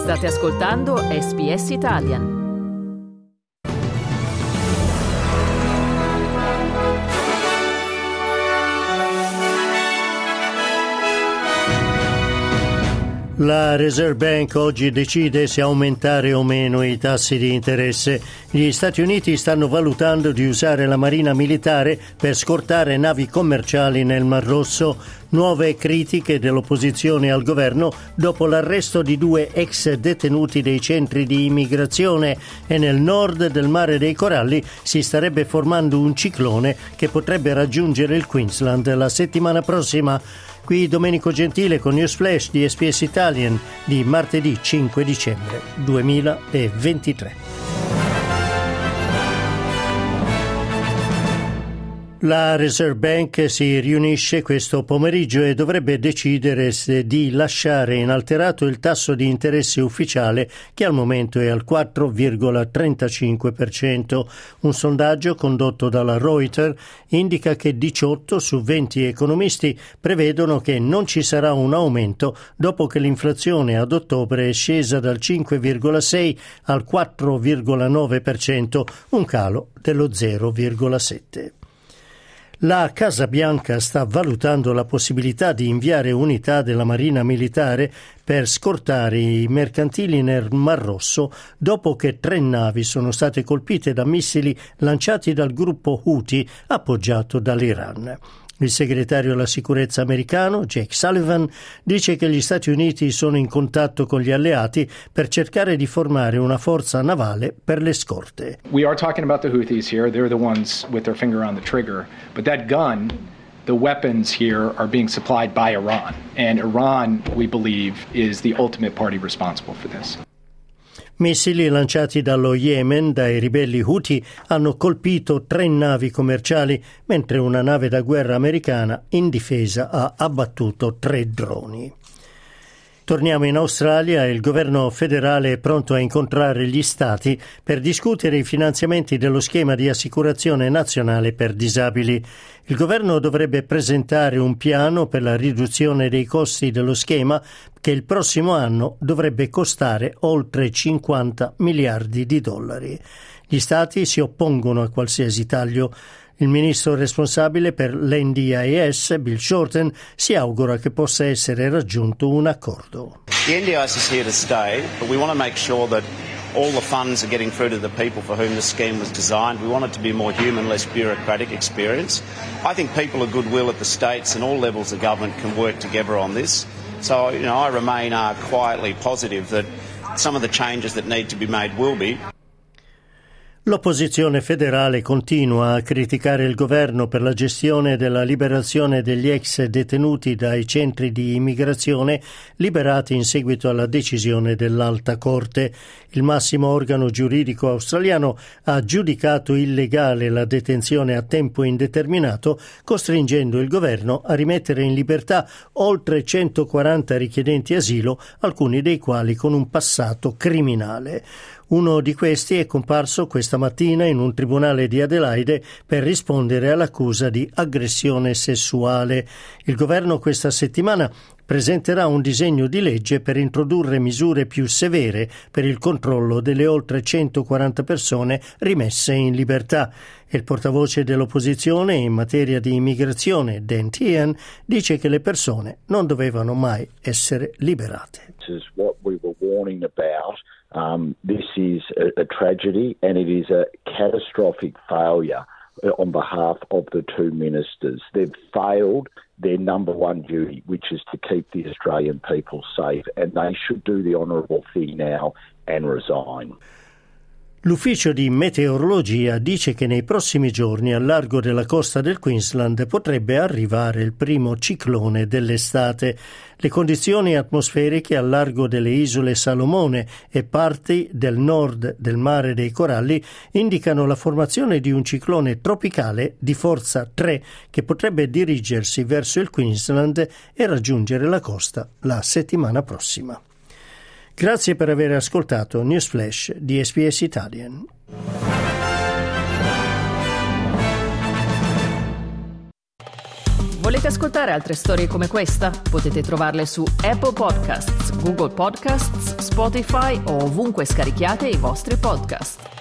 State ascoltando SBS Italian. La Reserve Bank oggi decide se aumentare o meno i tassi di interesse. Gli Stati Uniti stanno valutando di usare la Marina militare per scortare navi commerciali nel Mar Rosso. Nuove critiche dell'opposizione al governo dopo l'arresto di 2 ex detenuti dei centri di immigrazione, e nel nord del Mare dei Coralli si starebbe formando un ciclone che potrebbe raggiungere il Queensland la settimana prossima. Qui Domenico Gentile con News Flash di SBS Italian di martedì 5 dicembre 2023. La Reserve Bank si riunisce questo pomeriggio e dovrebbe decidere se di lasciare inalterato il tasso di interesse ufficiale, che al momento è al 4,35%. Un sondaggio condotto dalla Reuters indica che 18 su 20 economisti prevedono che non ci sarà un aumento dopo che l'inflazione ad ottobre è scesa dal 5,6 al 4,9%, un calo dello 0,7%. La Casa Bianca sta valutando la possibilità di inviare unità della Marina militare per scortare i mercantili nel Mar Rosso dopo che 3 navi sono state colpite da missili lanciati dal gruppo Houthi appoggiato dall'Iran. Il segretario alla sicurezza americano, Jake Sullivan, dice che gli Stati Uniti sono in contatto con gli alleati per cercare di formare una forza navale per le scorte. We are talking about the Houthis here. They're the ones with their finger on the trigger. But that gun, the weapons here are being supplied by Iran. And Iran, we believe, is the ultimate party responsible for this. Missili lanciati dallo Yemen dai ribelli Houthi hanno colpito 3 navi commerciali, mentre una nave da guerra americana in difesa ha abbattuto 3 droni. Torniamo in Australia. Il governo federale è pronto a incontrare gli stati per discutere i finanziamenti dello schema di assicurazione nazionale per disabili. Il governo dovrebbe presentare un piano per la riduzione dei costi dello schema, che il prossimo anno dovrebbe costare oltre 50 miliardi di dollari. Gli stati si oppongono a qualsiasi taglio. Il ministro responsabile per l'NDIS, Bill Shorten, si augura che possa essere raggiunto un accordo. The NDIS is here to stay, but we want to make sure that all the funds are getting through to the people for whom the scheme was designed. We want it to be a more human, less bureaucratic experience. I think people of goodwill at the states and all levels of government can work together on this. So, I remain quietly positive that some of the changes that need to be made will be. L'opposizione federale continua a criticare il governo per la gestione della liberazione degli ex detenuti dai centri di immigrazione liberati in seguito alla decisione dell'Alta Corte. Il massimo organo giuridico australiano ha giudicato illegale la detenzione a tempo indeterminato, costringendo il governo a rimettere in libertà oltre 140 richiedenti asilo, alcuni dei quali con un passato criminale. Uno di questi è comparso questa mattina in un tribunale di Adelaide per rispondere all'accusa di aggressione sessuale. Il governo questa settimana presenterà un disegno di legge per introdurre misure più severe per il controllo delle oltre 140 persone rimesse in libertà. Il portavoce dell'opposizione in materia di immigrazione, Dan Tehan, dice che le persone non dovevano mai essere liberate. This is what we were warning about. This is a tragedy, and it is a catastrophic failure on behalf of the 2 ministers. They've failed their number one duty, which is to keep the Australian people safe, and they should do the honourable thing now and resign. L'ufficio di meteorologia dice che nei prossimi giorni al largo della costa del Queensland potrebbe arrivare il primo ciclone dell'estate. Le condizioni atmosferiche al largo delle isole Salomone e parti del nord del Mare dei Coralli indicano la formazione di un ciclone tropicale di forza 3 che potrebbe dirigersi verso il Queensland e raggiungere la costa la settimana prossima. Grazie per aver ascoltato News Flash di SBS Italian. Volete ascoltare altre storie come questa? Potete trovarle su Apple Podcasts, Google Podcasts, Spotify o ovunque scarichiate i vostri podcast.